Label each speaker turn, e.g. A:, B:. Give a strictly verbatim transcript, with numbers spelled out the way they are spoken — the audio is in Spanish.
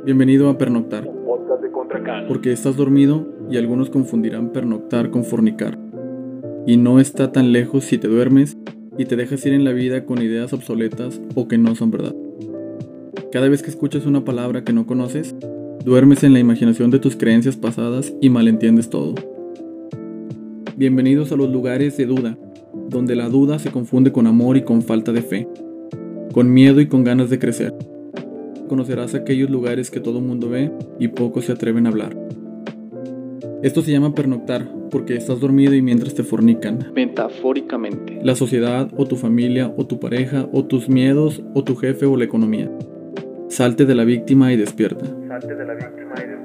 A: Bienvenido a Pernoctar,
B: Un podcast de Contracal.
A: porque estás dormido y algunos confundirán pernoctar con fornicar. Y no está tan lejos si te duermes y te dejas ir en la vida con ideas obsoletas o que no son verdad. Cada vez que escuchas una palabra que no conoces, duermes en la imaginación de tus creencias pasadas y malentiendes todo. Bienvenidos a los lugares de duda, donde la duda se confunde con amor y con falta de fe, con miedo y con ganas de crecer. Conocerás aquellos lugares que todo mundo ve y pocos se atreven a hablar. Esto se llama pernoctar porque estás dormido y mientras te fornican, metafóricamente, la sociedad o tu familia o tu pareja o tus miedos o tu jefe o la economía. Salte de la víctima y despierta.
B: Salte de la víctima y